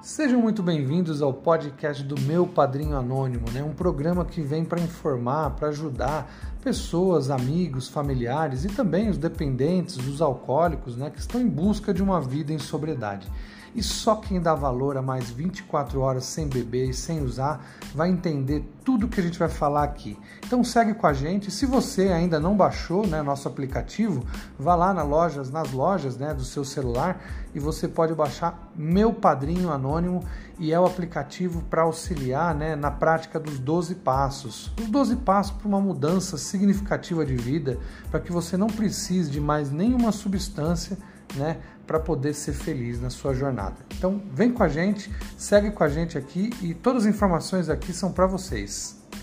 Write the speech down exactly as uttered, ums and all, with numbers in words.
Sejam muito bem-vindos ao podcast do Meu Padrinho Anônimo, né? Um programa que vem para informar, para ajudar pessoas, amigos, familiares e também os dependentes, os alcoólicos, né? Que estão em busca de uma vida em sobriedade. E só quem dá valor a mais vinte e quatro horas sem beber e sem usar vai entender tudo que a gente vai falar aqui. Então segue com a gente. Se você ainda não baixou, né, nosso aplicativo, vá lá nas lojas, nas lojas, né, do seu celular e você pode baixar Meu Padrinho Anônimo, e é o aplicativo para auxiliar, né, na prática dos doze passos. Os doze passos para uma mudança significativa de vida, para que você não precise de mais nenhuma substância, né, para poder ser feliz na sua jornada. Então, vem com a gente, segue com a gente aqui e todas as informações aqui são para vocês.